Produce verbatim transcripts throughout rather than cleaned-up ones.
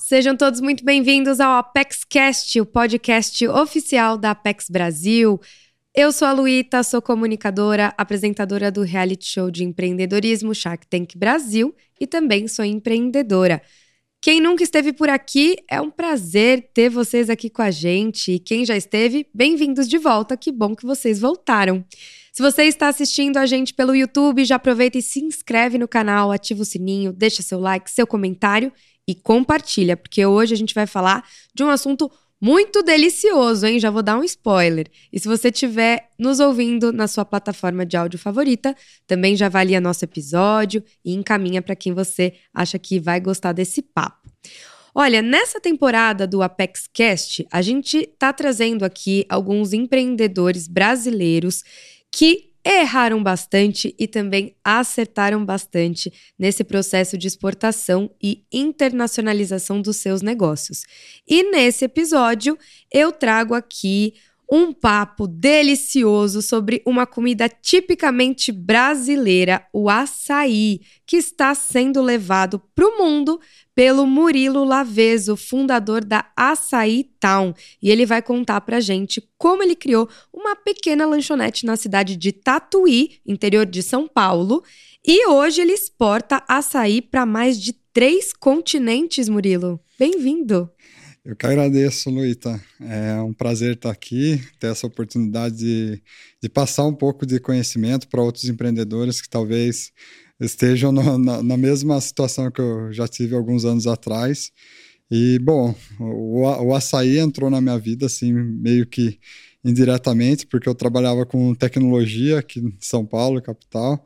Sejam todos muito bem-vindos ao ApexCast, o podcast oficial da Apex Brasil. Eu sou a Luíta, sou comunicadora, apresentadora do reality show de empreendedorismo Shark Tank Brasil e também sou empreendedora. Quem nunca esteve por aqui, é um prazer ter vocês aqui com a gente. E quem já esteve, bem-vindos de volta, que bom que vocês voltaram. Se você está assistindo a gente pelo YouTube, já aproveita e se inscreve no canal, ativa o sininho, deixa seu like, seu comentário e compartilha, porque hoje a gente vai falar de um assunto muito delicioso, hein? Já vou dar um spoiler. E se você estiver nos ouvindo na sua plataforma de áudio favorita, também já avalia nosso episódio e encaminha para quem você acha que vai gostar desse papo. Olha, nessa temporada do ApexCast, a gente está trazendo aqui alguns empreendedores brasileiros que erraram bastante e também acertaram bastante nesse processo de exportação e internacionalização dos seus negócios. E nesse episódio, eu trago aqui um papo delicioso sobre uma comida tipicamente brasileira, o açaí, que está sendo levado para o mundo pelo Murilo Laveso, fundador da Açaí Town. E ele vai contar pra gente como ele criou uma pequena lanchonete na cidade de Tatuí, interior de São Paulo. E hoje ele exporta açaí para mais de três continentes, Murilo. Bem-vindo! Eu que agradeço, Luíta. É um prazer estar aqui, ter essa oportunidade de, de passar um pouco de conhecimento para outros empreendedores que talvez estejam no, na, na mesma situação que eu já tive alguns anos atrás. E, bom, o, o açaí entrou na minha vida, assim, meio que indiretamente, porque eu trabalhava com tecnologia aqui em São Paulo, capital,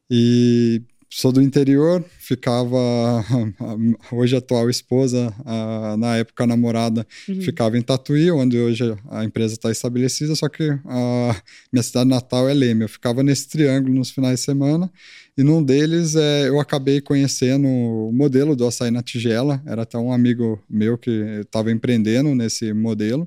e sou do interior, ficava, hoje a atual esposa, a, na época a namorada, uhum. ficava em Tatuí, onde hoje a empresa está estabelecida, só que a minha cidade natal é Leme. Eu ficava nesse triângulo nos finais de semana, e num deles é, eu acabei conhecendo o modelo do açaí na tigela, era até um amigo meu que estava empreendendo nesse modelo,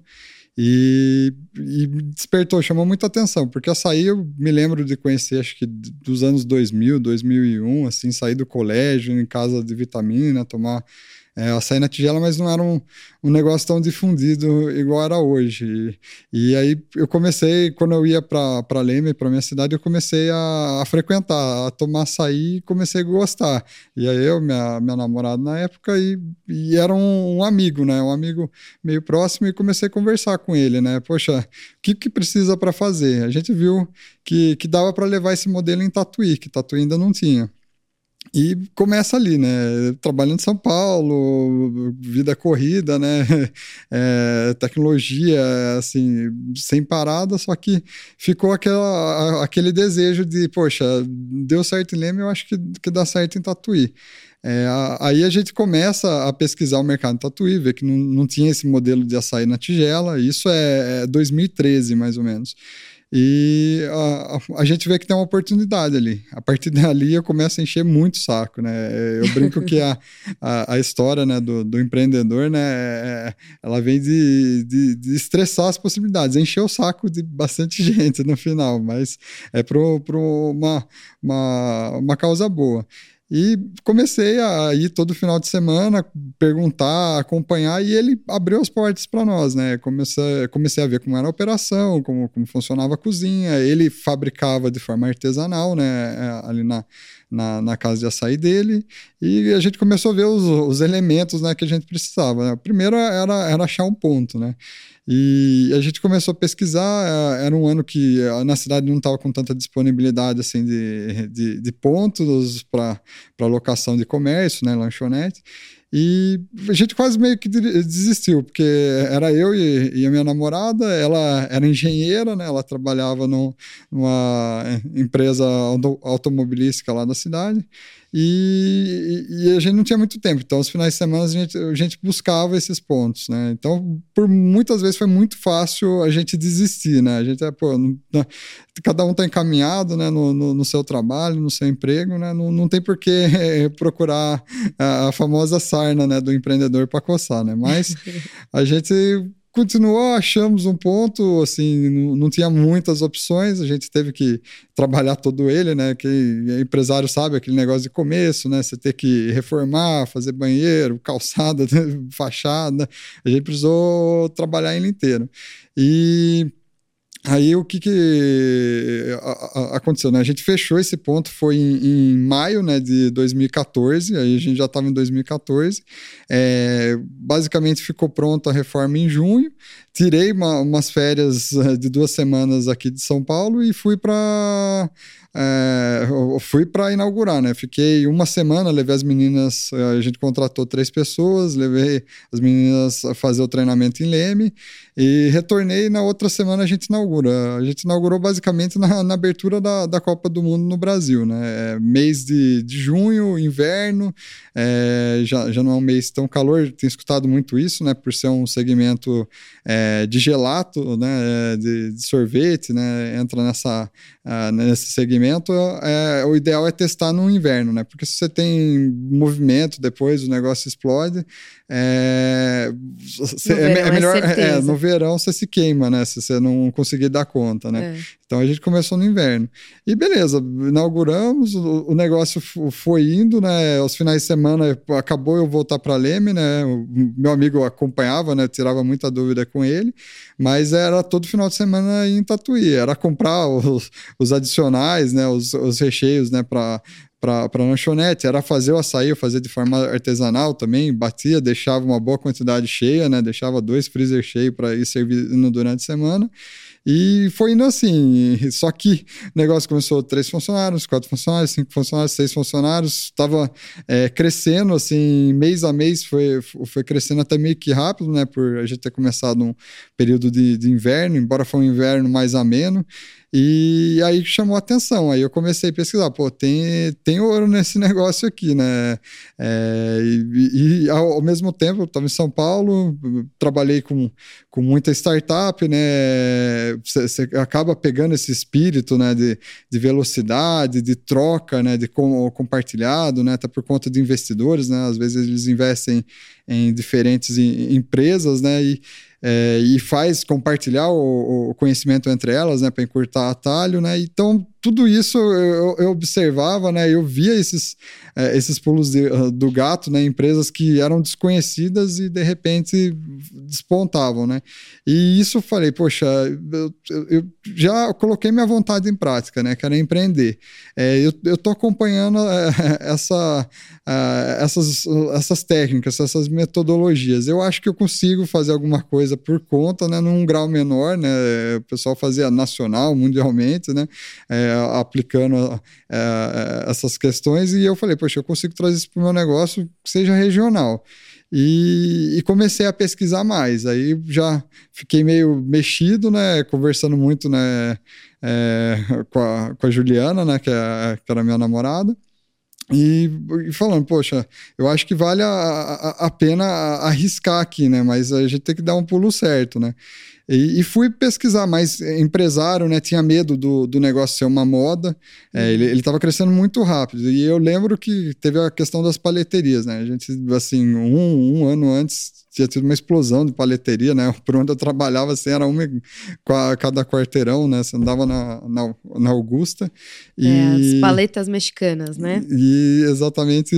E, e despertou, chamou muita atenção, porque açaí eu me lembro de conhecer, acho que dos anos dois mil, dois mil e um, assim, sair do colégio, em casa de vitamina, tomar é, açaí na tigela, mas não era um, um negócio tão difundido igual era hoje. E, e aí eu comecei, quando eu ia para Leme, para minha cidade, eu comecei a, a frequentar, a tomar açaí e comecei a gostar. E aí eu, minha, minha namorada na época, e, e era um, um amigo, né? Um amigo meio próximo, e comecei a conversar com ele, né? Poxa, o que, que precisa para fazer? A gente viu que, que dava para levar esse modelo em Tatuí, que Tatuí ainda não tinha. E começa ali, né? Trabalhando em São Paulo, vida corrida, né? É, tecnologia, assim, sem parada, só que ficou aquela, aquele desejo de, poxa, deu certo em Leme, eu acho que, que dá certo em Tatuí. É, aí a gente começa a pesquisar o mercado em Tatuí, ver que não, não tinha esse modelo de açaí na tigela, isso é, é dois mil e treze, mais ou menos. E a, a, a gente vê que tem uma oportunidade ali. A partir dali eu começo a encher muito o saco, né? Eu brinco que a, a, a história, né, do, do empreendedor, né, ela vem de, de, de estressar as possibilidades, encher o saco de bastante gente no final, mas é para uma, uma, uma causa boa. E comecei a ir todo final de semana, perguntar, acompanhar, e ele abriu as portas para nós, né? Comecei, comecei a ver como era a operação, como, como funcionava a cozinha. Ele fabricava de forma artesanal, né? Ali na, na, na casa de açaí dele, e a gente começou a ver os, os elementos, né, que a gente precisava, né? Primeiro era, era achar um ponto, né? E a gente começou a pesquisar, era um ano que na cidade não estava com tanta disponibilidade assim, de, de, de pontos para locação de comércio, né, lanchonete, e a gente quase meio que desistiu, porque era eu e, e a minha namorada, ela era engenheira, né, ela trabalhava no, numa empresa automobilística lá da cidade, E, e a gente não tinha muito tempo, então os finais de semana a gente, a gente buscava esses pontos, né? Então, por muitas vezes foi muito fácil a gente desistir, né? A gente, pô, não, não, cada um está encaminhado, né, no, no, no seu trabalho, no seu emprego, né? Não, não tem por que é, procurar a, a famosa sarna, né, do empreendedor para coçar, né? Mas a gente continuou, achamos um ponto, assim, não, não tinha muitas opções, a gente teve que trabalhar todo ele, né? Quem é empresário sabe aquele negócio de começo, né? Você ter que reformar, fazer banheiro, calçada, fachada, a gente precisou trabalhar ele inteiro. E aí o que, que aconteceu, né? A gente fechou esse ponto, foi em, em maio, né, de dois mil e quatorze, aí a gente já estava em dois mil e quatorze, é, basicamente ficou pronta a reforma em junho, tirei uma, umas férias de duas semanas aqui de São Paulo e fui para... É, eu fui para inaugurar, né? Fiquei uma semana, levei as meninas, a gente contratou três pessoas, levei as meninas a fazer o treinamento em Leme e retornei na outra semana a gente inaugura. A gente inaugurou basicamente na, na abertura da, da Copa do Mundo no Brasil, né? É, mês de, de junho, inverno, é, já, já não é um mês tão calor, tenho escutado muito isso, né? Por ser um segmento é, de gelato, né? De, de sorvete, né? Entra nessa, uh, nesse segmento. É, o ideal é testar no inverno, né? Porque se você tem movimento depois, o negócio explode. É, você, é, é melhor. É é, no verão você se queima, né? Se você não conseguir dar conta, né? É. Então a gente começou no inverno. E beleza, inauguramos, o, o negócio foi indo, né? Aos finais de semana acabou eu voltar para Leme, né? O meu amigo acompanhava, né? Tirava muita dúvida com ele, mas era todo final de semana em Tatuí, era comprar os, os adicionais, né, os, os recheios, né, para para lanchonete, era fazer o açaí, eu fazia de forma artesanal também, batia, deixava uma boa quantidade cheia, né, deixava dois freezer cheios para ir servindo durante a semana. E foi indo assim, só que o negócio começou três funcionários, quatro funcionários, cinco funcionários, seis funcionários, estava é, crescendo assim, mês a mês, foi, foi crescendo até meio que rápido, né, por a gente ter começado um período de, de inverno, embora foi um inverno mais ameno, e aí chamou a atenção, aí eu comecei a pesquisar, pô, tem, tem ouro nesse negócio aqui, né, é, e, e ao, ao mesmo tempo eu estava em São Paulo, trabalhei com, com muita startup, né, você acaba pegando esse espírito, né, de, de velocidade, de troca, né, de com, compartilhado, né, até por conta de investidores, né, às vezes eles investem em diferentes em, empresas, né, e É, e faz compartilhar o, o conhecimento entre elas, né, para encurtar atalho, né, então tudo isso eu, eu observava, né, eu via esses, é, esses pulos de, do gato, né, empresas que eram desconhecidas e de repente despontavam, né, e isso eu falei, poxa, eu, eu já coloquei minha vontade em prática, né, que era empreender, é, eu, eu tô acompanhando é, essa, é, essas, essas técnicas, essas metodologias, eu acho que eu consigo fazer alguma coisa por conta, né, num grau menor, né, o pessoal fazia nacional, mundialmente, né, é, aplicando é, essas questões, e eu falei, poxa, eu consigo trazer isso para o meu negócio que seja regional. E, e comecei a pesquisar mais, aí já fiquei meio mexido, né, conversando muito, né, é, com, a, com a Juliana, né, que, é, que era minha namorada, E, e falando, poxa, eu acho que vale a, a, a pena arriscar aqui, né? Mas a gente tem que dar um pulo certo, né? E, e fui pesquisar, mas empresário, né? Tinha medo do, do negócio ser uma moda. É, ele estava crescendo muito rápido. E eu lembro que teve a questão das paleterias, né? A gente, assim, um, um ano antes tinha tido uma explosão de paleteria, né? Por onde eu trabalhava, assim, era uma a cada quarteirão, né? Você andava na, na, na Augusta. E, é, as paletas mexicanas, né? E exatamente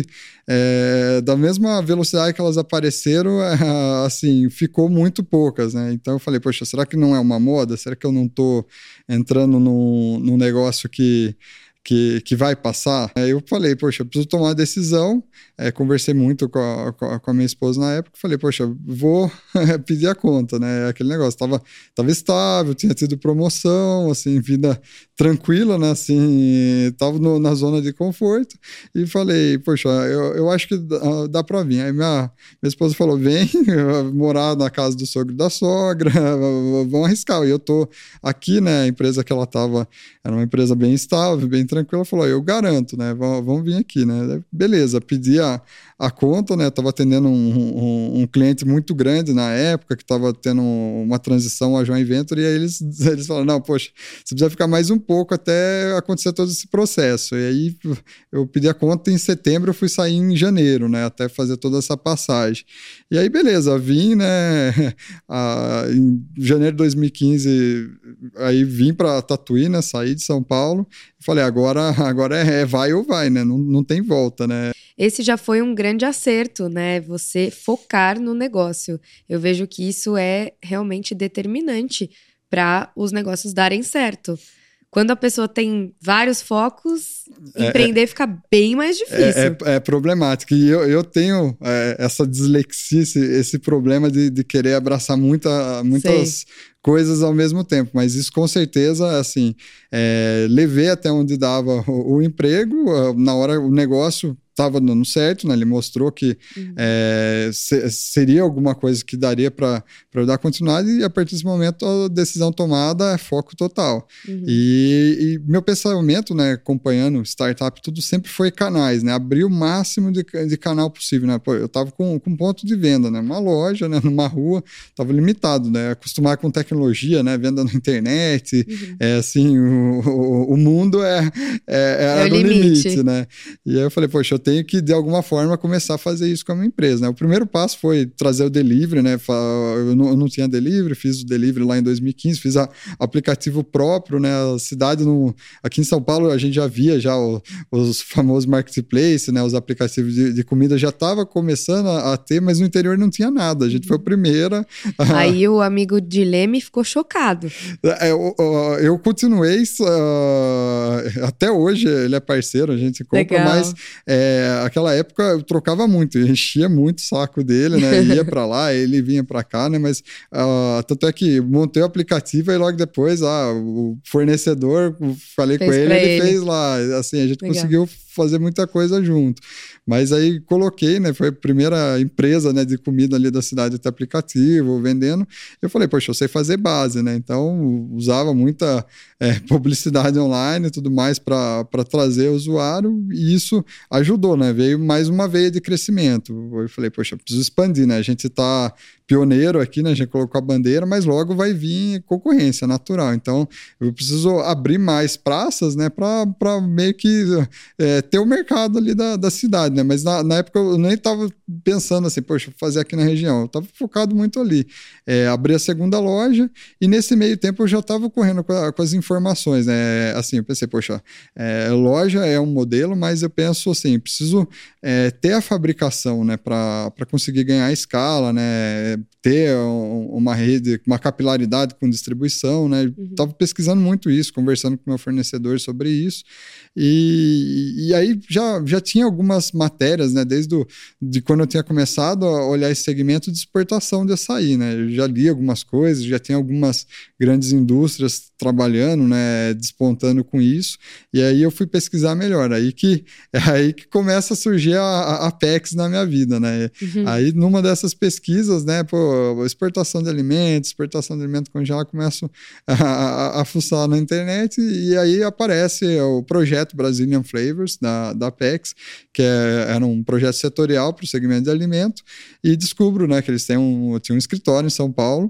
é, da mesma velocidade que elas apareceram, é, assim, ficou muito poucas, né? Então eu falei, poxa, será que não é uma moda? Será que eu não tô entrando num, num negócio que... Que, que vai passar? Aí eu falei, poxa, eu preciso tomar uma decisão. É, conversei muito com a, com a minha esposa na época. Falei, poxa, vou pedir a conta, né? Aquele negócio, tava, tava estável, tinha tido promoção, assim, vida tranquila, né? Assim, tava no, na zona de conforto. E falei, poxa, eu, eu acho que dá, dá pra vir. Aí minha, minha esposa falou, vem morar na casa do sogro e da sogra, vamos arriscar. E eu tô aqui, né? A empresa que ela tava era uma empresa bem estável, bem tranquila, falou, eu garanto, né, vamos, vamos vir aqui, né, beleza, pedi a, a conta, né, estava atendendo um, um, um cliente muito grande na época, que estava tendo uma transição a joint venture, e aí eles, eles falaram, não, poxa, você precisa ficar mais um pouco até acontecer todo esse processo, e aí eu pedi a conta em setembro, eu fui sair em janeiro, né, até fazer toda essa passagem, e aí beleza, vim, né, a, em janeiro de dois mil e quinze, aí vim para Tatuí, né, saí de São Paulo, e falei, agora, agora é, é vai ou vai, né, não, não tem volta, né. Esse já foi um grande acerto, né, você focar no negócio. Eu vejo que isso é realmente determinante para os negócios darem certo. Quando a pessoa tem vários focos, é, empreender fica bem mais difícil. É, é, é problemático. E eu, eu tenho é, essa dislexia, esse, esse problema de, de querer abraçar muita, muitas Sei. coisas ao mesmo tempo. Mas isso, com certeza, assim, é, levei até onde dava o, o emprego. Na hora, o negócio estava dando certo, né? Ele mostrou que uhum. é, se, seria alguma coisa que daria para eu dar continuidade, e a partir desse momento a decisão tomada é foco total. Uhum. E, e meu pensamento, né, acompanhando startup, tudo sempre foi canais, né? Abrir o máximo de, de canal possível, né? Pô, eu estava com, com ponto de venda, né? Uma loja, né? Numa rua, estava limitado, né? Acostumar com tecnologia, né? Venda na internet, uhum. é assim, o, o, o mundo é, é, é, é o limite. limite, né? E aí eu falei, poxa, eu tenho que, de alguma forma, começar a fazer isso com a minha empresa, né? O primeiro passo foi trazer o delivery, né? Eu não, eu não tinha delivery, fiz o delivery lá em dois mil e quinze, fiz a, aplicativo próprio, né? A cidade, no, aqui em São Paulo, a gente já via já o, os famosos marketplace, né? Os aplicativos de, de comida já estava começando a, a ter, mas no interior não tinha nada. A gente foi a primeira. Aí o amigo de Leme ficou chocado. Eu, eu, eu continuei, uh, até hoje ele é parceiro, a gente compra, Legal. mas é, aquela época eu trocava muito, eu enchia muito o saco dele, né? Ia para lá, ele vinha para cá, né? Mas uh, tanto é que montei o aplicativo e logo depois ah, o fornecedor, falei fez com ele, ele, ele fez lá, assim, a gente Legal. conseguiu fazer muita coisa junto. Mas aí coloquei, né? Foi a primeira empresa, né, de comida ali da cidade até aplicativo, vendendo. Eu falei, poxa, eu sei fazer base, né? Então usava muita é, publicidade online e tudo mais para trazer o usuário, e isso ajudou, né? Veio mais uma veia de crescimento. Eu falei, poxa, eu preciso expandir, né? A gente tá pioneiro aqui, né? A gente colocou a bandeira, mas logo vai vir concorrência natural. Então, eu preciso abrir mais praças, né? Para meio que é, ter o mercado ali da, da cidade, né? Mas na, na época eu nem estava pensando assim, poxa, vou fazer aqui na região. Eu estava focado muito ali. É, abri a segunda loja e nesse meio tempo eu já estava correndo com, a, com as informações, né? Assim, eu pensei, poxa, é, loja é um modelo, mas eu penso assim, preciso é, ter a fabricação, né? Para conseguir ganhar escala, né? Ter um, uma rede, uma capilaridade com distribuição, né? Estava uhum. pesquisando muito isso, conversando com meu fornecedor sobre isso, e, e aí já, já tinha algumas matérias, né? Desde o, de quando eu tinha começado a olhar esse segmento de exportação de açaí, né? Eu já li algumas coisas, já tinha algumas grandes indústrias trabalhando, né? Despontando com isso, e aí eu fui pesquisar melhor, aí que, é aí que começa a surgir a, a Apex na minha vida, né? Uhum. Aí numa dessas pesquisas, né? Pô, exportação de alimentos, exportação de alimentos congelado, começo a, a, a fuçar na internet, e aí aparece o projeto Brazilian Flavors da, da Apex, que é, era um projeto setorial para o segmento de alimento, e descubro, né, que eles têm um, tinham um escritório em São Paulo.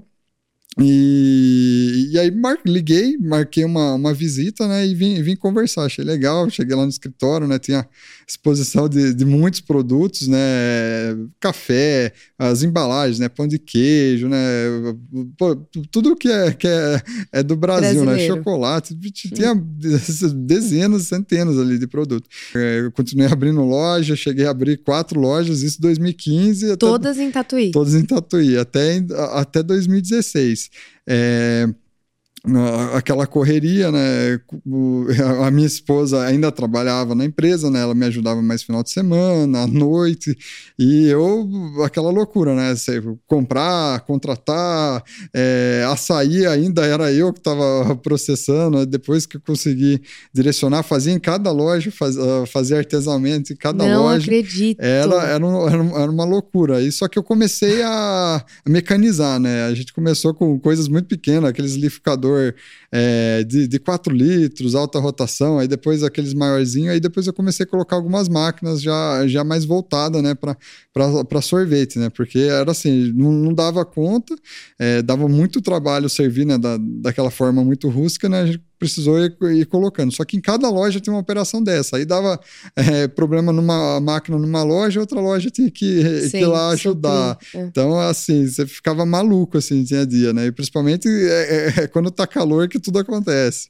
E, e aí mar, liguei, marquei uma, uma visita, né, e vim, vim conversar, achei legal, cheguei lá no escritório, né, tinha exposição de, de muitos produtos, né, café, as embalagens, né, pão de queijo, né, pô, tudo que é, que é, é do Brasil, Brasileiro. Né, chocolate, tinha dezenas, centenas ali de produtos. Eu continuei abrindo loja, cheguei a abrir quatro lojas, isso em dois mil e quinze. Todas até, em Tatuí? Todas em Tatuí, até, até dois mil e dezesseis. É, aquela correria, né? A minha esposa ainda trabalhava na empresa, né? Ela me ajudava mais no final de semana, à noite, e eu, aquela loucura, né? Você comprar, contratar, é, açaí ainda era eu que estava processando, depois que eu consegui direcionar, fazia em cada loja, faz, fazia artesanalmente em cada Não loja. Não acredito. Era, era, um, era uma loucura. E só que eu comecei a mecanizar, né? A gente começou com coisas muito pequenas, aqueles liquidificadores motor é, de, de quatro litros, alta rotação, aí depois aqueles maiorzinhos, aí depois eu comecei a colocar algumas máquinas já, já mais voltadas, né, para sorvete, né, porque era assim, não, não dava conta, é, dava muito trabalho servir, né, da, daquela forma muito rústica, né, a gente precisou ir, ir colocando. Só que em cada loja tem uma operação dessa. Aí dava é, problema numa máquina numa loja, outra loja tinha que, Sim, que ir lá ajudar. É. Então, assim, você ficava maluco, assim, dia a dia, né? E principalmente é, é, quando tá calor que tudo acontece.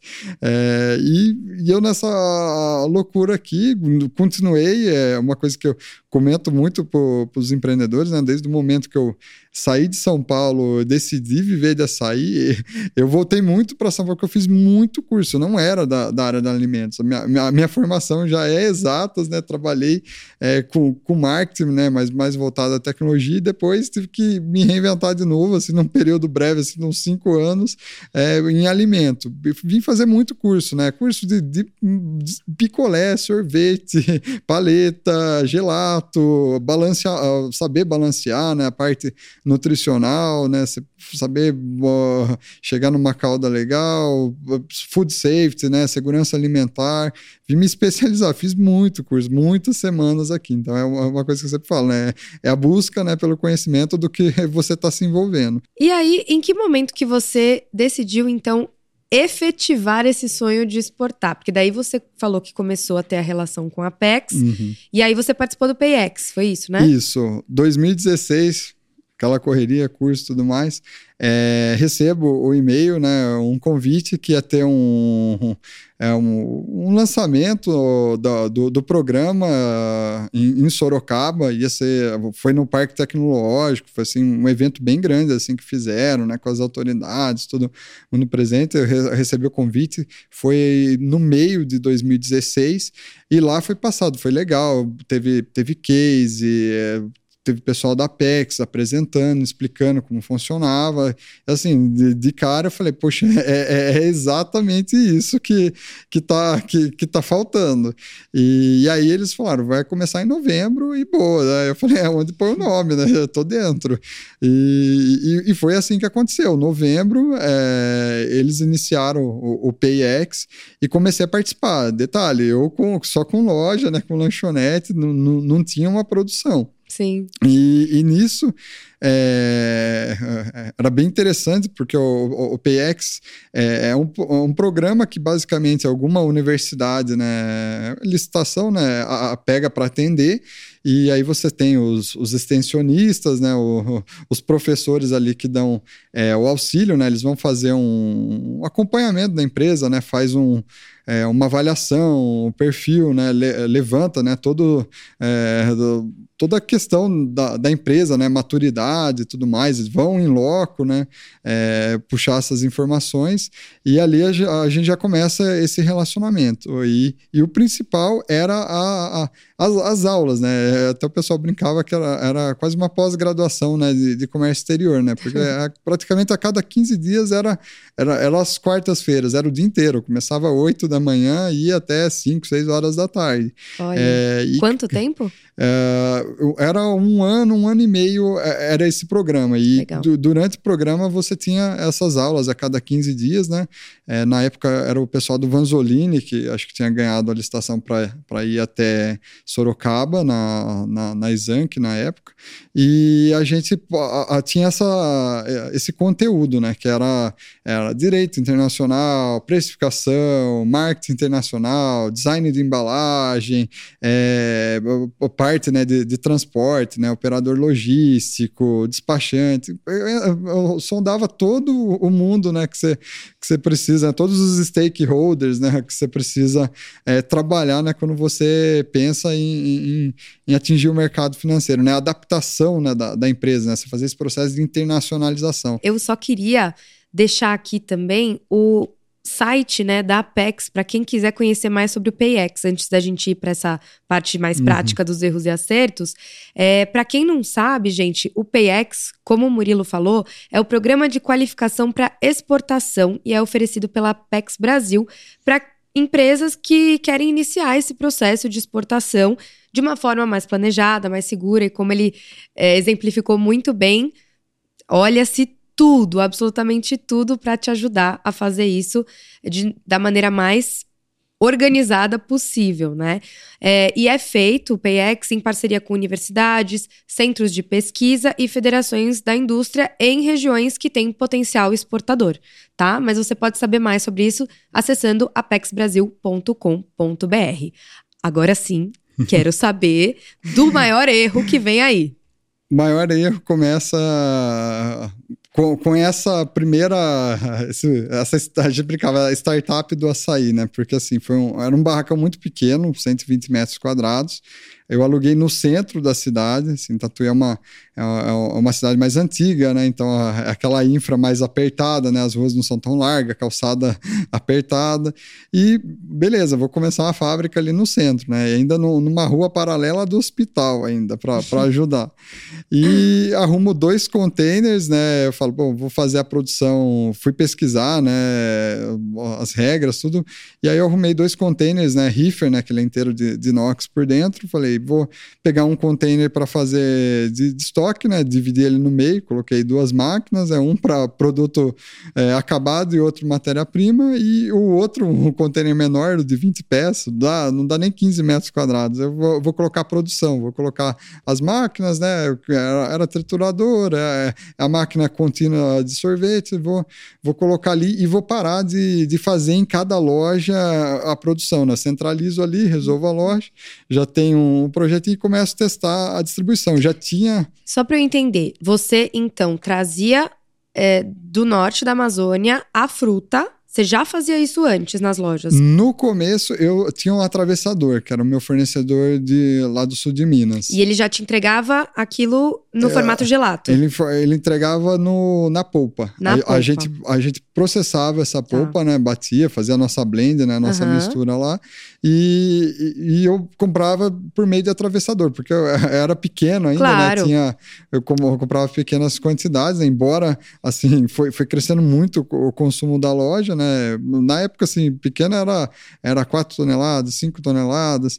É, e, e eu nessa loucura aqui, continuei, é uma coisa que eu comento muito para os empreendedores, né? Desde o momento que eu saí de São Paulo, decidi viver de açaí, eu voltei muito para São Paulo, porque eu fiz muito curso, eu não era da, da área de alimentos. A minha, minha, minha formação já é exatas, né? Trabalhei é, com, com marketing, né? Mas mais voltado à tecnologia, e depois tive que me reinventar de novo, assim, num período breve, assim, uns cinco anos, é, em alimento. Vim fazer muito curso, né? Curso de, de, de picolé, sorvete, paleta, gelato, balancear, saber balancear, né? A parte nutricional, né? Saber uh, chegar numa cauda legal, food safety, né? Segurança alimentar. Vim me especializar, fiz muito curso, muitas semanas aqui. Então é uma coisa que eu sempre falo, né? É a busca, né, pelo conhecimento do que você está se envolvendo. E aí, em que momento que você decidiu, então, efetivar esse sonho de exportar? Porque daí você falou que começou a ter a relação com a Apex, uhum. E aí você participou do PayEx, foi isso, né? Isso, dois mil e dezesseis, aquela correria, curso e tudo mais, é, recebo o e-mail, né, um convite que ia ter um, um, é, um, um lançamento do, do, do programa em, em Sorocaba, ia ser, foi no Parque Tecnológico, foi assim, um evento bem grande assim, que fizeram, né, com as autoridades, todo mundo presente. Eu re, recebi o convite, foi no meio de dois mil e dezesseis, e lá foi passado, foi legal, teve, teve case, é, teve pessoal da Apex apresentando, explicando como funcionava. Assim, de, de cara eu falei, poxa, é, é exatamente isso que, que, tá, que, que tá faltando. E, e aí eles falaram, vai começar em novembro e boa. Né? Eu falei, é onde põe o nome, né? Eu tô dentro. E, e, e foi assim que aconteceu. Novembro, é, eles iniciaram o, o PayEx e comecei a participar. Detalhe, eu com, só com loja, né, com lanchonete, não, não, não tinha uma produção. Sim. E, e nisso é, era bem interessante, porque o, o, o PayEx é, é um, um programa que basicamente alguma universidade, né, licitação, né, a, a pega para atender, e aí você tem os, os extensionistas, né, o, os professores ali que dão é, o auxílio, né, eles vão fazer um, um acompanhamento da empresa, né, faz um É, uma avaliação, um perfil, né, le, levanta, né, todo, é, do, toda a questão da, da empresa, né, maturidade e tudo mais, eles vão em loco, né, é, puxar essas informações, e ali a, a gente já começa esse relacionamento. E, e o principal era a, a, as, as aulas, né, até o pessoal brincava que era, era quase uma pós-graduação, né, de, de comércio exterior, né, porque a, praticamente a cada quinze dias era, era, era as quartas-feiras, era o dia inteiro, começava oito da manhã e ia até cinco, seis horas da tarde. Olha, é, e, quanto tempo? É, era um ano, um ano e meio, era esse programa. E du, durante o programa você tinha essas aulas a cada quinze dias, né? É, na época era o pessoal do Vanzolini, que acho que tinha ganhado a licitação para ir até Sorocaba, na, na, na Exanc, na época. E a gente a, a, tinha essa, esse conteúdo, né? Que era, era direito internacional, precificação, marketing internacional, design de embalagem, é, parte, né, de, de transporte, né, operador logístico, despachante. Eu, eu, eu sondava todo o mundo, né, que você que você precisa, todos os stakeholders, né, que você precisa é, trabalhar, né, quando você pensa em, em, em atingir o mercado financeiro, né, a adaptação, né, da, da empresa, né, você fazer esse processo de internacionalização. Eu só queria deixar aqui também o site, né, da Apex, para quem quiser conhecer mais sobre o PayEx, antes da gente ir para essa parte mais uhum. prática dos erros e acertos. É, para quem não sabe, gente, o PayEx, como o Murilo falou, é o programa de qualificação para exportação e é oferecido pela Apex Brasil para empresas que querem iniciar esse processo de exportação de uma forma mais planejada, mais segura, e como ele é, exemplificou muito bem, olha-se tudo, absolutamente tudo para te ajudar a fazer isso de, da maneira mais organizada possível, né? É, e é feito o PayEx em parceria com universidades, centros de pesquisa e federações da indústria em regiões que têm potencial exportador, tá? Mas você pode saber mais sobre isso acessando apex brasil ponto com ponto b r. Agora sim, quero saber do maior erro que vem aí. O maior erro começa com, com essa primeira, esse, essa a gente brincava, a startup do açaí, né? Porque assim, foi um, era um barracão muito pequeno, cento e vinte metros quadrados. Eu aluguei no centro da cidade, assim, Tatuí é uma, é uma cidade mais antiga, né? Então, a, aquela infra mais apertada, né? As ruas não são tão largas, calçada apertada. E, beleza, vou começar uma fábrica ali no centro, né? E ainda no, numa rua paralela do hospital ainda, para ajudar. E arrumo dois containers, né? Eu falo, bom, vou fazer a produção, fui pesquisar, né? As regras, tudo. E aí eu arrumei dois containers, né? Reefer, né? Aquele inteiro de, de inox por dentro. Falei, vou pegar um container para fazer de, de estoque, né? Dividir ele no meio, coloquei duas máquinas, é um para produto é, acabado e outro matéria-prima, e o outro, um container menor de vinte peças, dá, não dá nem quinze metros quadrados. Eu vou, vou colocar a produção, vou colocar as máquinas, né? Era, era trituradora, é, a máquina contínua de sorvete, vou, vou colocar ali e vou parar de, de fazer em cada loja a produção, né? Centralizo ali, resolvo a loja, já tenho um um projeto e começo a testar a distribuição. Já tinha... Só para eu entender, você então trazia é, do norte da Amazônia a fruta. Você já fazia isso antes nas lojas? No começo, eu tinha um atravessador, que era o meu fornecedor de, lá do sul de Minas. E ele já te entregava aquilo no é, formato gelato? Ele, ele entregava no, na polpa. Na a, polpa. A gente, a gente processava essa polpa, tá. né? Batia, fazia a nossa blend, né? A nossa uhum. mistura lá. E, e, e eu comprava por meio de atravessador, porque eu era pequeno ainda, claro. né? Tinha, eu, como, eu comprava pequenas quantidades, né? Embora, assim, foi, foi crescendo muito o consumo da loja, né? Na época, assim, pequena era, era quatro toneladas, cinco toneladas.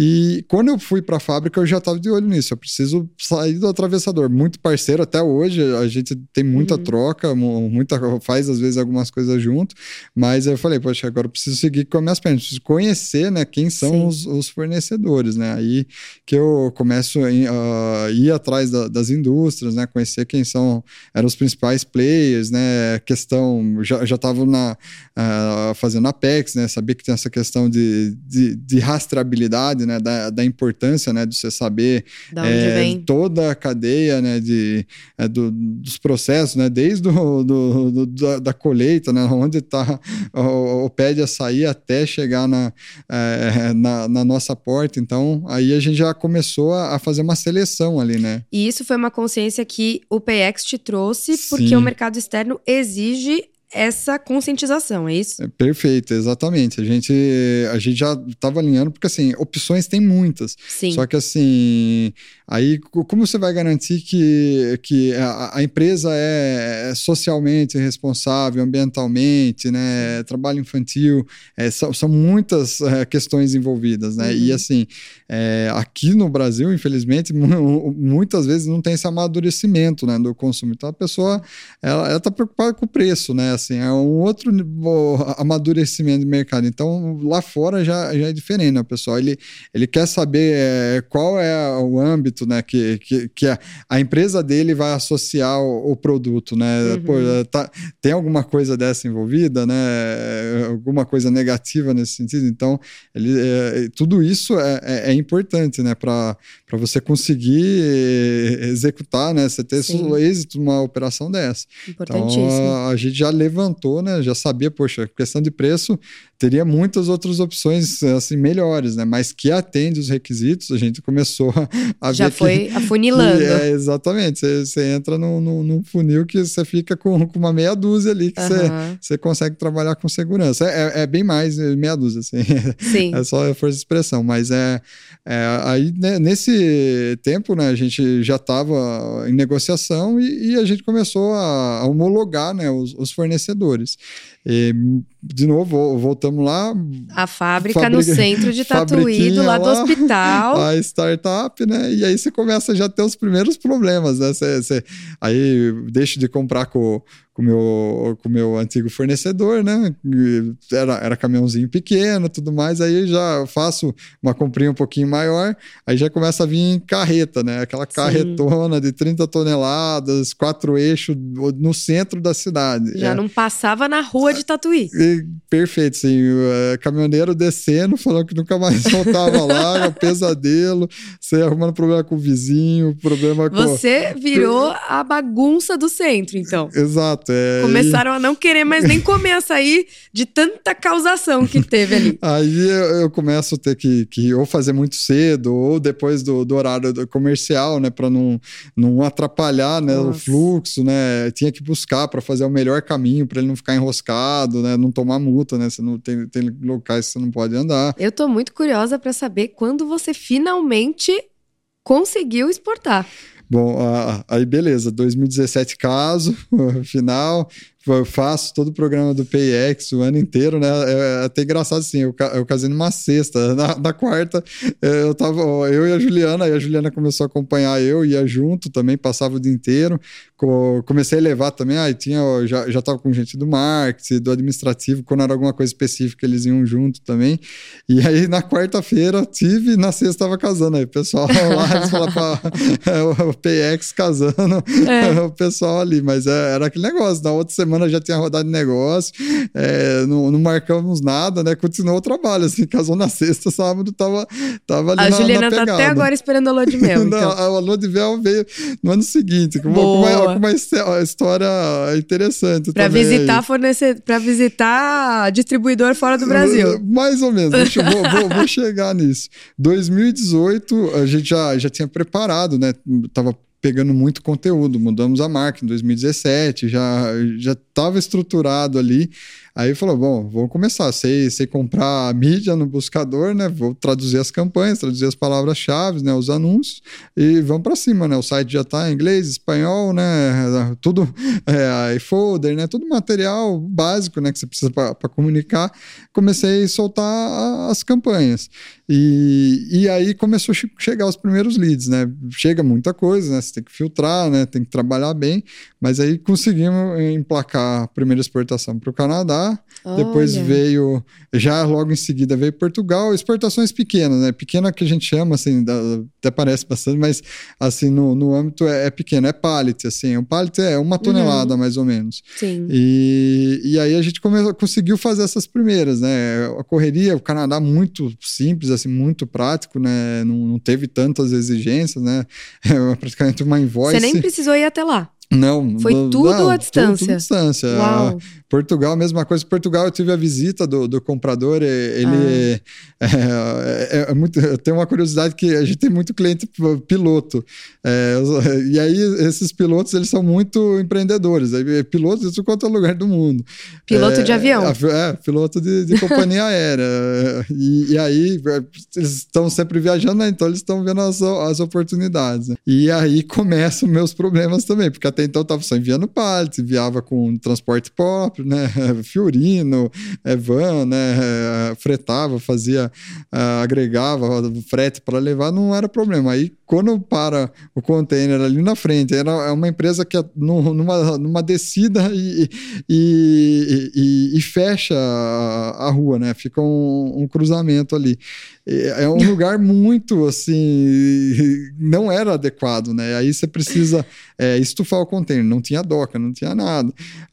E quando eu fui para a fábrica, eu já estava de olho nisso. Eu preciso sair do atravessador. Muito parceiro até hoje. A gente tem muita uhum. troca, muita, faz às vezes algumas coisas junto. Mas eu falei, poxa, agora eu preciso seguir com as minhas pernas. Preciso conhecer, né, quem são os, os fornecedores, né? Aí que eu começo a uh, ir atrás da, das indústrias, né? Conhecer quem são, eram os principais players, né? Questão, já estava na Uh, fazendo Apex, né? Saber que tem essa questão de, de, de rastreabilidade, né? Da, da importância, né? De você saber da onde é, vem. toda a cadeia, né? De, é, do, dos processos, né? Desde do, do, do, da, da colheita, né? Onde está o, o pé de açaí até chegar na, é, na, na nossa porta. Então, aí a gente já começou a, a fazer uma seleção ali, né? E isso foi uma consciência que o PayEx te trouxe, Sim. porque o mercado externo exige essa conscientização, é isso? É, perfeito, exatamente. A gente, a gente já estava alinhando, porque assim, opções tem muitas. Sim. Só que assim, aí como você vai garantir que, que a, a empresa é, é socialmente responsável, ambientalmente, né? Trabalho infantil, é, são, são muitas é, questões envolvidas, né? Uhum. E assim, é, aqui no Brasil, infelizmente, muitas vezes não tem esse amadurecimento, né, do consumo. Então a pessoa, ela está preocupada com o preço, né? Assim, é um outro amadurecimento de mercado. Então, lá fora já, já é diferente, né, pessoal? Ele, ele quer saber é, qual é o âmbito, né, que, que, que a, a empresa dele vai associar o, o produto, né? Uhum. Pô, tá, tem alguma coisa dessa envolvida, né? Alguma coisa negativa nesse sentido? Então, ele, é, tudo isso é, é, é importante, né, para você conseguir executar, né? Você ter Sim. êxito numa operação dessa. Importantíssimo. Então, a gente já levantou, né? Já sabia, poxa, questão de preço, teria muitas outras opções assim melhores, né? Mas que atende os requisitos, a gente começou a já ver foi que, afunilando. Que é, exatamente. Você, você entra num, num, num funil que você fica com, com uma meia dúzia ali que uhum. você, você consegue trabalhar com segurança. É, é bem mais meia dúzia, assim. Sim. É só força de expressão. Mas é, é aí, né, nesse tempo, né, a gente já estava em negociação e, e a gente começou a, a homologar, né, os, os fornecedores. E, de novo, voltamos lá. A fábrica Fabrica, no centro de Tatuí, do lado lá, do hospital. A startup, né? E aí você começa já a ter os primeiros problemas, né? Você, você, aí deixo de comprar com com meu, o meu antigo fornecedor, né? Era, era caminhãozinho pequeno, tudo mais. Aí já faço uma comprinha um pouquinho maior, aí já começa a vir em carreta, né? Aquela carretona Sim. de trinta toneladas, quatro eixos no centro da cidade. Já é. não passava na rua de Tatuí. E, perfeito, sim. O caminhoneiro descendo, falando que nunca mais voltava lá, é um pesadelo, você arrumando problema com o vizinho, problema com... Você virou a bagunça do centro, então. Exato. É, Começaram e... a não querer mais nem comer açaí de tanta causação que teve ali. Aí eu, eu começo a ter que, que ou fazer muito cedo ou depois do, do horário comercial, né, para não, não atrapalhar, né, o fluxo, né, tinha que buscar para fazer o melhor caminho para ele não ficar enroscado, né, não tomar multa, né, você não tem, tem locais que você não pode andar. Eu tô muito curiosa para saber quando você finalmente conseguiu exportar. Bom, aí beleza, dois mil e dezessete caso, final, eu faço todo o programa do P I X o ano inteiro, né? É até engraçado assim, eu, eu casei numa sexta, na, na quarta eu tava, eu e a Juliana, aí a Juliana começou a acompanhar eu, ia junto também, passava o dia inteiro, comecei a levar também, aí tinha, já, já tava com gente do marketing, do administrativo, quando era alguma coisa específica eles iam junto também, e aí na quarta-feira tive, na sexta tava casando, aí o pessoal lá, eles falaram pra, o P I X casando, é. o pessoal ali, mas era aquele negócio, na outra semana já tinha rodado de negócio, é, não, não marcamos nada, né? Continuou o trabalho, assim, casou na sexta, sábado tava, tava ali a na, Juliana na pegada. Tá até agora esperando a lua de mel, então. A lua de mel veio no ano seguinte, com uma, com uma, com uma história interessante. Pra visitar fornecer, pra visitar distribuidor fora do Brasil. Mais ou menos, deixa, vou, vou, vou chegar nisso. dois mil e dezoito, a gente já, já tinha preparado, né? Tava pegando muito conteúdo, mudamos a marca em dois mil e dezessete, já já estava estruturado ali, aí falou, bom, vou começar, sei, sei comprar a mídia no buscador, né, vou traduzir as campanhas, traduzir as palavras-chave, né, os anúncios, e vamos para cima, né, o site já está em inglês, espanhol, né, tudo, é, iFolder, né, tudo material básico, né, que você precisa para comunicar, comecei a soltar as campanhas, e, e aí começou a chegar os primeiros leads, né, chega muita coisa, né, você tem que filtrar, né, tem que trabalhar bem, mas aí conseguimos emplacar a primeira exportação para o Canadá, Olha. Depois veio, já logo em seguida veio Portugal, exportações pequenas, né, pequena que a gente chama, assim, da, até parece bastante, mas assim, no, no âmbito é, é pequeno, é pallet, assim, o pallet é uma tonelada, uhum. mais ou menos. Sim. E, e aí a gente come, conseguiu fazer essas primeiras, né, a correria, o Canadá muito simples, assim, muito prático, né, não, não teve tantas exigências, né, é praticamente uma invoice. Você nem precisou ir até lá. Não. Foi não, tudo não, à distância. Tudo, tudo à distância. Uau. Portugal, mesma coisa. Portugal, eu tive a visita do, do comprador. Ele ah. é, é, é muito. Eu tenho uma curiosidade que a gente tem muito cliente piloto. É, e aí, esses pilotos, eles são muito empreendedores. É, pilotos de qualquer lugar do mundo. Piloto é, de avião. É, piloto de, de companhia aérea. E, e aí, eles estão sempre viajando, né? Então eles estão vendo as, as oportunidades. Né? E aí começam meus problemas também, porque até então eu estava só enviando pallet, enviava com transporte próprio, né, Fiorino, é, van, né, fretava, fazia, uh, agregava frete para levar, não era problema. Aí quando para o container ali na frente, era uma empresa que numa, numa descida e, e, e, e fecha a, a rua, né, fica um, um cruzamento ali. É um lugar muito, assim, não era adequado, né? Aí você precisa é, estufar o container, não tinha doca, não tinha nada.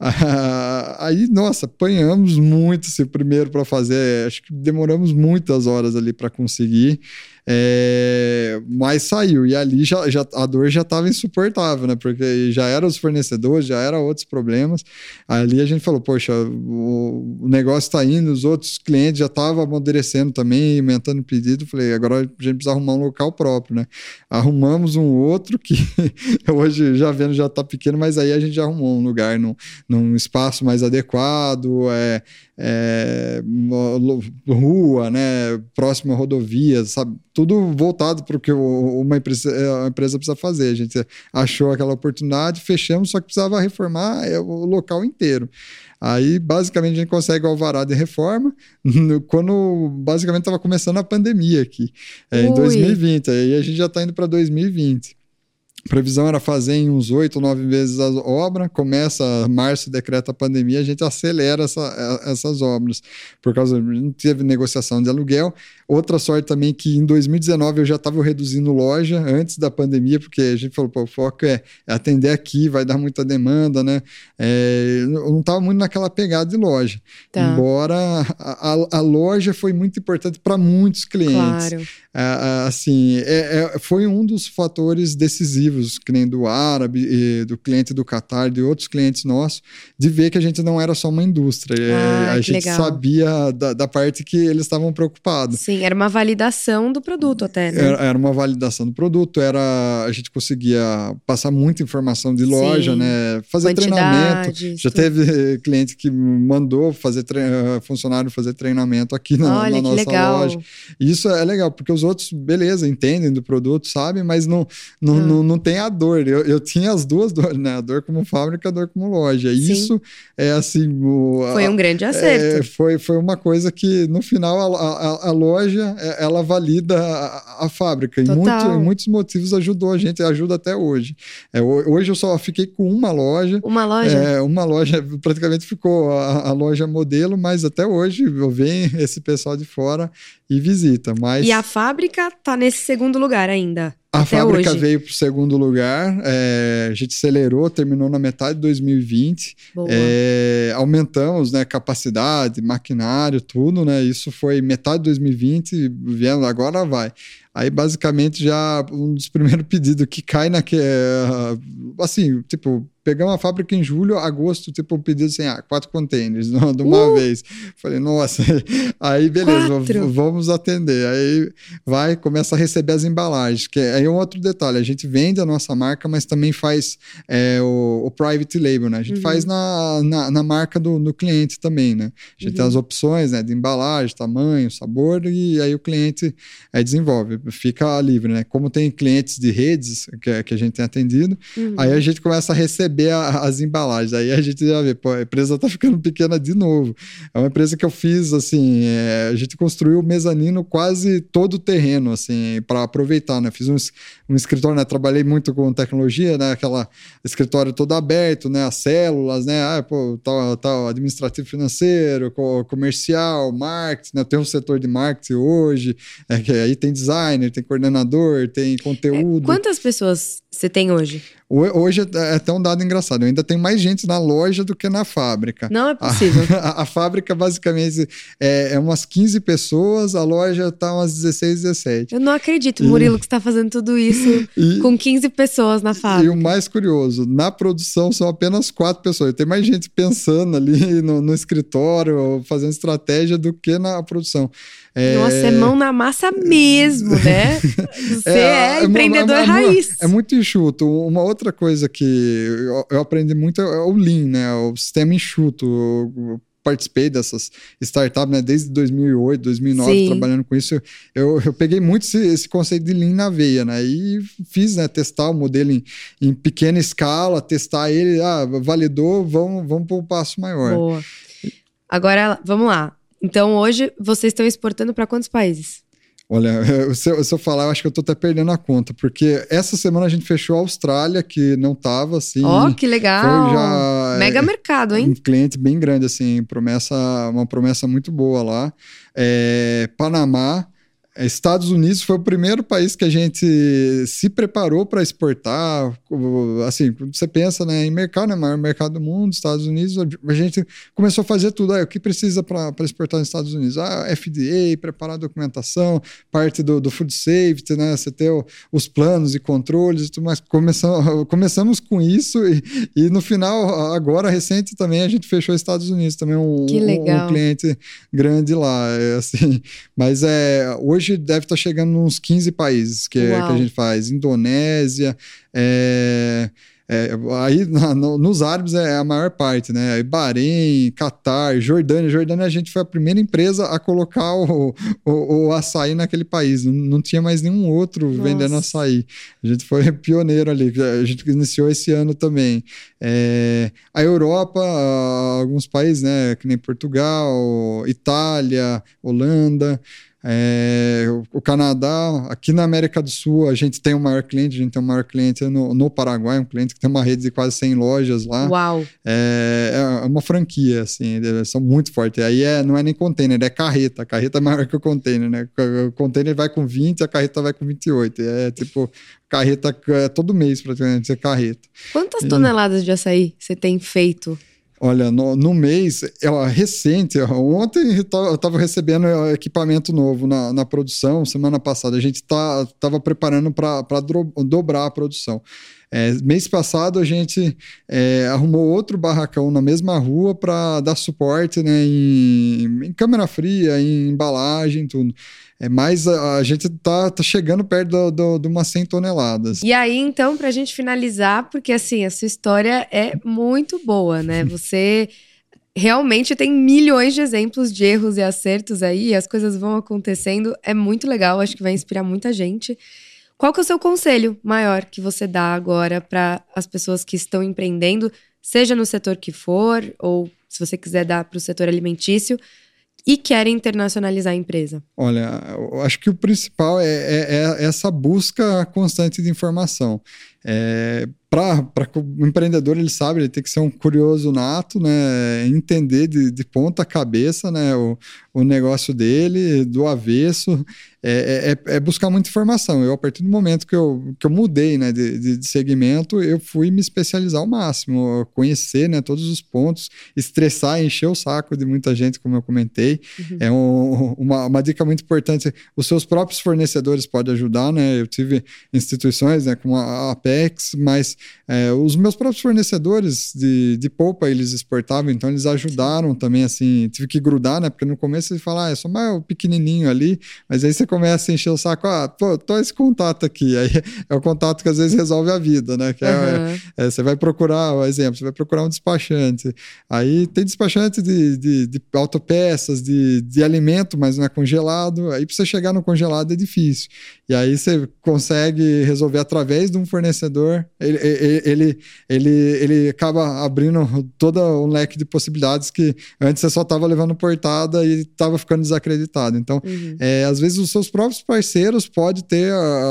Ah, aí, nossa, apanhamos muito esse primeiro para fazer, acho que demoramos muitas horas ali para conseguir. É, mas saiu, e ali já, já, a dor já estava insuportável, né? Porque já eram os fornecedores, já eram outros problemas. Ali a gente falou, poxa, o, o negócio está indo, os outros clientes já estavam amadurecendo também, aumentando o pedido. Falei, agora a gente precisa arrumar um local próprio, né? Arrumamos um outro que hoje já vendo já está pequeno, mas aí a gente já arrumou um lugar num, num espaço mais adequado, é, é, rua, né? Próximo à rodovia, sabe? Tudo voltado para o que uma empresa, a empresa precisa fazer. A gente achou aquela oportunidade, fechamos, só que precisava reformar o local inteiro. Aí, basicamente, a gente consegue o alvará de reforma quando, basicamente, estava começando a pandemia aqui, é, em dois mil e vinte. Aí a gente já está indo para dois mil e vinte. A previsão era fazer em uns oito, nove meses a obra, começa março, decreta a pandemia, a gente acelera essa, essas obras, por causa, não teve negociação de aluguel. Outra sorte também que em dois mil e dezenove eu já estava reduzindo loja antes da pandemia, porque a gente falou, pô, o foco é, é atender aqui, vai dar muita demanda, né? É, eu não estava muito naquela pegada de loja, tá. Embora a, a, a loja foi muito importante para muitos clientes. Claro. É, assim, é, é, foi um dos fatores decisivos, que nem do árabe, e do cliente do Qatar, de outros clientes nossos, de ver que a gente não era só uma indústria. Ah, a gente legal. sabia da, da parte que eles estavam preocupados. Sim, era uma validação do produto até, né? Era, era uma validação do produto, era, a gente conseguia passar muita informação de loja, Sim. né? Fazer treinamento. Já tudo. Teve cliente que mandou fazer tre... funcionário fazer treinamento aqui na, Olha, na nossa legal. loja. Isso é legal, porque os outros, beleza, entendem do produto, sabem, mas não, não, ah. não, não tem a dor. Eu, eu tinha as duas dores, né? A dor como fábrica, a dor como loja. Sim. Isso é assim... O, foi a, um grande acerto. É, foi, foi uma coisa que, no final, a, a, a loja, ela valida a, a fábrica. Em, muito, em muitos motivos ajudou a gente, ajuda até hoje. É, hoje eu só fiquei com uma loja. Uma loja? É, uma loja, praticamente ficou a, a loja modelo, mas até hoje eu venho esse pessoal de fora e visita. Mas... E a fábrica tá nesse segundo lugar ainda? A Até fábrica hoje. veio para o segundo lugar, é, a gente acelerou, terminou na metade de dois mil e vinte, é, aumentamos, né, capacidade, maquinário, tudo, né, isso foi metade de dois mil e vinte, viemos, agora vai. Aí, basicamente, já um dos primeiros pedidos que cai na que assim, tipo, pegamos a fábrica em julho, agosto, tipo, um pedido assim, ah, quatro containers de uma uh! vez. Falei, nossa, aí beleza, quatro. Vamos atender. Aí vai, começa a receber as embalagens, que aí é um outro detalhe, a gente vende a nossa marca, mas também faz é, o, o private label, né? A gente uhum. faz na, na, na marca do, do cliente também, né? A gente uhum. tem as opções, né, de embalagem, tamanho, sabor, e aí o cliente é, desenvolve. Fica livre, né? Como tem clientes de redes que, que a gente tem atendido, uhum. aí a gente começa a receber a, as embalagens. Aí a gente já vê, pô, a empresa tá ficando pequena de novo. É uma empresa que eu fiz, assim, é, a gente construiu o mezanino quase todo o terreno, assim, para aproveitar, né? Fiz um, um escritório, né? Trabalhei muito com tecnologia, né? Aquela escritório todo aberto, né? As células, né? Ah, pô, tal, tal administrativo financeiro, comercial, marketing, né? Tem um setor de marketing hoje, é, que aí tem design, tem coordenador, tem conteúdo. É, quantas pessoas você tem hoje? Hoje é até um dado engraçado. Eu ainda tenho mais gente na loja do que na fábrica. Não é possível. A, a, a fábrica, basicamente, é, é umas quinze pessoas, a loja tá umas dezesseis, dezessete. Eu não acredito, Murilo, e... que você tá fazendo tudo isso e... com quinze pessoas na fábrica. E o mais curioso, na produção são apenas quatro pessoas. Tem mais gente pensando ali no, no escritório, fazendo estratégia, do que na produção. É... Nossa, é mão na massa mesmo, né? Você é, é empreendedor é, é, raiz. É muito enxuto. Uma outra coisa que eu, eu aprendi muito é o Lean, né? O sistema enxuto. Eu participei dessas startups, né? Desde dois mil e oito, dois mil e nove, Sim. trabalhando com isso. Eu, eu peguei muito esse, esse conceito de Lean na veia, né? E fiz, né? Testar o modelo em, em pequena escala, testar ele, ah, validou, vamos, vamos para o passo maior. Boa. Agora, vamos lá. Então, hoje, vocês estão exportando para quantos países? Olha, se eu, se eu falar, eu acho que eu tô até perdendo a conta, porque essa semana a gente fechou a Austrália, que não tava, assim... Ó, oh, que legal! Foi já, Mega é, mercado, hein? Um cliente bem grande, assim, promessa, uma promessa muito boa lá. É, Panamá, Estados Unidos foi o primeiro país que a gente se preparou para exportar. Assim, quando você pensa, né, em mercado, né, maior mercado do mundo, Estados Unidos, a gente começou a fazer tudo. Ah, o que precisa para exportar nos Estados Unidos? Ah, F D A, preparar a documentação, parte do, do food safety, né, você ter o, os planos e controles e tudo mais. Começamos, começamos com isso e, e no final, agora, recente também, a gente fechou os Estados Unidos, também um, um, um cliente grande lá. É, assim, mas é, hoje deve estar chegando nos quinze países que, que a gente faz. Indonésia, é, É, aí na, no, nos árabes é a maior parte, né? Aí Bahrein, Catar, Jordânia. Jordânia a gente foi a primeira empresa a colocar o, o, o açaí naquele país. Não, não tinha mais nenhum outro Nossa. vendendo açaí. A gente foi pioneiro ali. A gente iniciou esse ano também. É, a Europa, alguns países, né? Que nem Portugal, Itália, Holanda. É, o Canadá, aqui na América do Sul, a gente tem o maior cliente, a gente tem o maior cliente no, no Paraguai, um cliente que tem uma rede de quase cem lojas lá. Uau! É, é uma franquia, assim, eles são muito fortes. Aí é, não é nem container, é carreta. A carreta é maior que o container, né? O container vai com vinte, a carreta vai com vinte e oito. É tipo, carreta é todo mês praticamente, é carreta. Quantas e... toneladas de açaí você tem feito? Olha, no, no mês, é, recente, ontem eu estava recebendo equipamento novo na, na produção, semana passada. A gente estava tá, preparando para dobrar a produção. É, mês passado a gente é, arrumou outro barracão na mesma rua para dar suporte, né, em, em câmera fria, em embalagem, tudo. É, mas a, a gente tá, tá chegando perto de umas cem toneladas. E aí, então, pra gente finalizar, porque assim, a sua história é muito boa, né? Você realmente tem milhões de exemplos de erros e acertos aí, as coisas vão acontecendo, é muito legal, acho que vai inspirar muita gente. Qual que é o seu conselho maior que você dá agora para as pessoas que estão empreendendo, seja no setor que for, ou se você quiser dar para o setor alimentício, e querem internacionalizar a empresa? Olha, eu acho que o principal é, é, é essa busca constante de informação. É, para o empreendedor, ele sabe, ele tem que ser um curioso nato, né? Entender de, de ponta cabeça, né? o, o negócio dele, do avesso, é, é, é buscar muita informação. Eu, a partir do momento que eu, que eu mudei, né, de, de, de segmento, eu fui me especializar ao máximo, conhecer, né, todos os pontos, estressar, encher o saco de muita gente, como eu comentei. Uhum. É um, uma, uma dica muito importante, os seus próprios fornecedores podem ajudar, né? Eu tive instituições, né, como a Apex, mas é, os meus próprios fornecedores de, de polpa, eles exportavam, então eles ajudaram também, assim, tive que grudar, né, porque no começo você fala, ah, é só mais pequenininho ali, mas aí você começa a encher o saco, ah, pô, tô esse contato aqui, aí é o contato que às vezes resolve a vida, né, que é, uhum. é, você vai procurar, por exemplo, você vai procurar um despachante, aí tem despachante de, de, de autopeças, de, de alimento, mas não é congelado, aí para você chegar no congelado é difícil, e aí você consegue resolver através de um fornecedor, ele, ele, ele, ele, ele acaba abrindo todo um leque de possibilidades que antes você só estava levando portada e estava ficando desacreditado. Então, uhum. é, às vezes os seus próprios parceiros podem ter,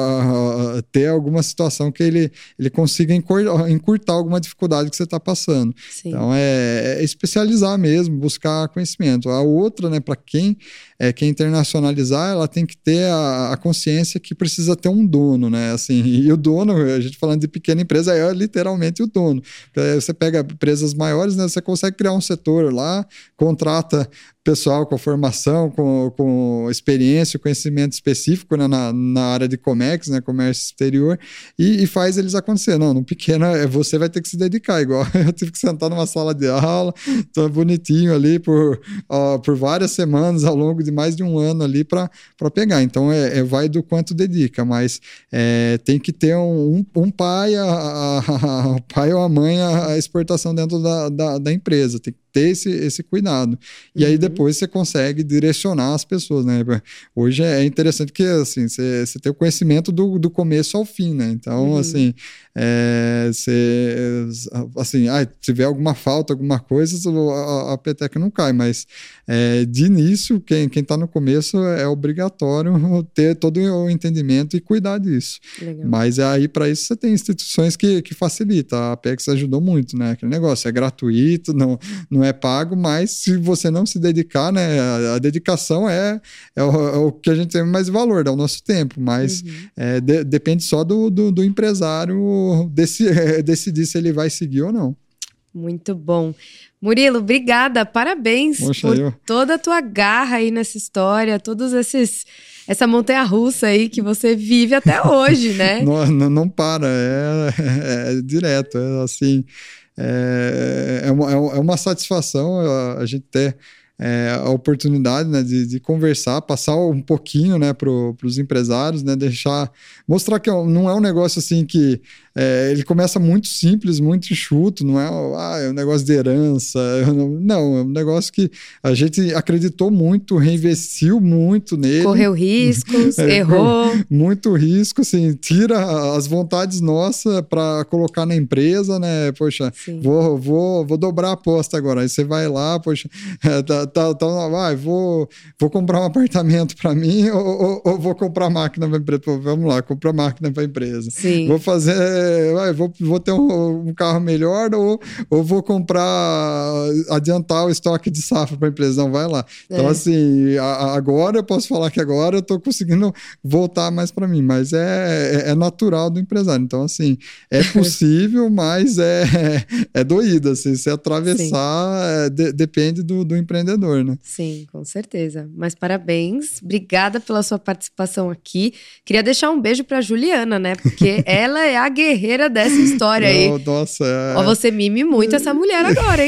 uh, ter alguma situação que ele, ele consiga encurtar alguma dificuldade que você está passando. Sim. Então, é, é especializar mesmo, buscar conhecimento. A outra, né, para quem é, quer internacionalizar, ela tem que ter a, a consciência que precisa ter um dono, né? Assim, e o dono, a gente falando de pequena empresa, é literalmente o dono. Você pega empresas maiores, né? Você consegue criar um setor lá, contrata pessoal com formação, com, com experiência, conhecimento específico, né, na, na área de Comex, né, comércio exterior, e, e faz eles acontecer. Não, no pequeno você vai ter que se dedicar, igual eu tive que sentar numa sala de aula, tô bonitinho ali por, ó, por várias semanas, ao longo de mais de um ano ali para pegar. Então, é, é, vai do quanto dedica, mas é, tem que ter um, um, um pai, a, a, a, o pai ou a mãe, a, a exportação dentro da, da, da empresa, tem que ter esse, esse cuidado. E uhum. aí depois você consegue direcionar as pessoas, né? Hoje é interessante que, assim, você, você tem o conhecimento do, do começo ao fim, né? Então, uhum. assim, é, você, assim, ah, se tiver alguma falta, alguma coisa, a, a peteca não cai, mas é, de início, quem, quem tá no começo é obrigatório ter todo o entendimento e cuidar disso. Legal. Mas aí, para isso, você tem instituições que, que facilitam. A Apex ajudou muito, né? Aquele negócio é gratuito, não, não é pago, mas se você não se dedicar, né, a, a dedicação é, é, o, é o que a gente tem mais valor, é o nosso tempo, mas uhum. é, de, depende só do, do, do empresário deci, é, decidir se ele vai seguir ou não. Muito bom. Murilo, obrigada, parabéns Poxa, por eu. toda a tua garra aí nessa história, todos esses... essa montanha-russa aí que você vive até hoje, né? não, não, não para, é, é, é direto, é assim... É, é, uma, é uma satisfação a gente ter é, a oportunidade, né, de, de conversar, passar um pouquinho, né, para os empresários, né, deixar, mostrar que não é um negócio assim que é, ele começa muito simples, muito enxuto, não é, ah, é um negócio de herança, não, é um negócio que a gente acreditou muito, reinvestiu muito nele. Correu riscos, é, errou. Muito risco, assim, tira as vontades nossas para colocar na empresa, né, poxa, vou, vou, vou dobrar a aposta agora, aí você vai lá, poxa, tá, tá, tá, vai, vou, vou comprar um apartamento para mim ou, ou, ou vou comprar máquina para empresa, Pô, vamos lá, comprar máquina para empresa. Sim. Vou fazer, vai, vou, vou ter um, um carro melhor ou, ou vou comprar, adiantar o estoque de safra para a empresa, não, vai lá. Então, é. assim, a, agora eu posso falar que agora eu tô conseguindo voltar mais para mim, mas é, é, é natural do empresário. Então, assim, é possível, mas é, é doído, assim, se atravessar, é, de, depende do, do empreendedor, né? Sim, com certeza. Mas parabéns, obrigada pela sua participação aqui. Queria deixar um beijo pra Juliana, né? Porque ela é a guerreira dessa história aí. Oh, nossa, é... Ó, você mime muito essa mulher agora, hein?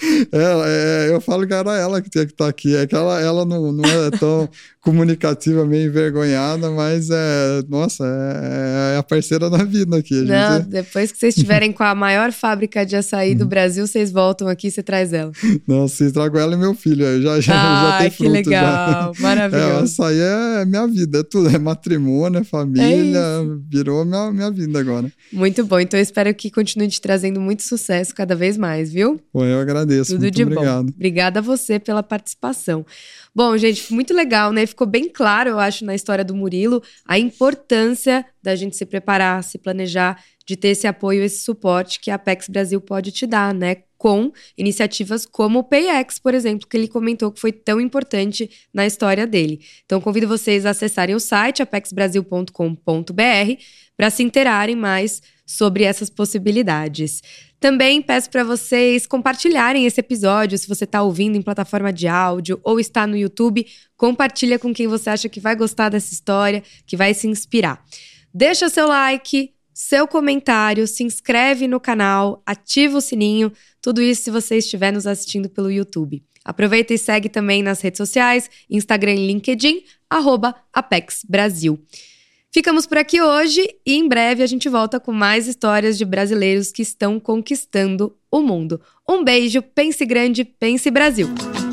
é, é, eu falo que era ela que tinha que estar aqui. É que ela, ela não, não é tão comunicativa, meio envergonhada, mas é, nossa, é, é a parceira da vida aqui. A gente... Não, depois que vocês estiverem com a maior fábrica de açaí do Brasil, vocês voltam aqui e você traz ela. Não, sim, trago ela e meu filho. Já, já, ah, já tem fruto. Que legal, já. maravilhoso. É, açaí é minha vida, é tudo, é matrimônio, é família, é virou minha, minha vida agora. Muito bom, então eu espero que continue te trazendo muito sucesso cada vez mais, viu? Pô, eu agradeço, Tudo muito de obrigado. Bom. Obrigada a você pela participação. Bom, gente, muito legal, né? Ficou bem claro, eu acho, na história do Murilo, a importância da gente se preparar, se planejar, de ter esse apoio, esse suporte que a Apex Brasil pode te dar, né? Com iniciativas como o PayEx, por exemplo, que ele comentou que foi tão importante na história dele. Então, convido vocês a acessarem o site apex brasil ponto com ponto b r para se interarem mais sobre essas possibilidades. Também peço para vocês compartilharem esse episódio, se você está ouvindo em plataforma de áudio ou está no YouTube, compartilha com quem você acha que vai gostar dessa história, que vai se inspirar. Deixa seu like, seu comentário, se inscreve no canal, ativa o sininho, tudo isso se você estiver nos assistindo pelo YouTube. Aproveita e segue também nas redes sociais, Instagram e LinkedIn, arroba Apex Brasil. Ficamos por aqui hoje e em breve a gente volta com mais histórias de brasileiros que estão conquistando o mundo. Um beijo, pense grande, pense Brasil!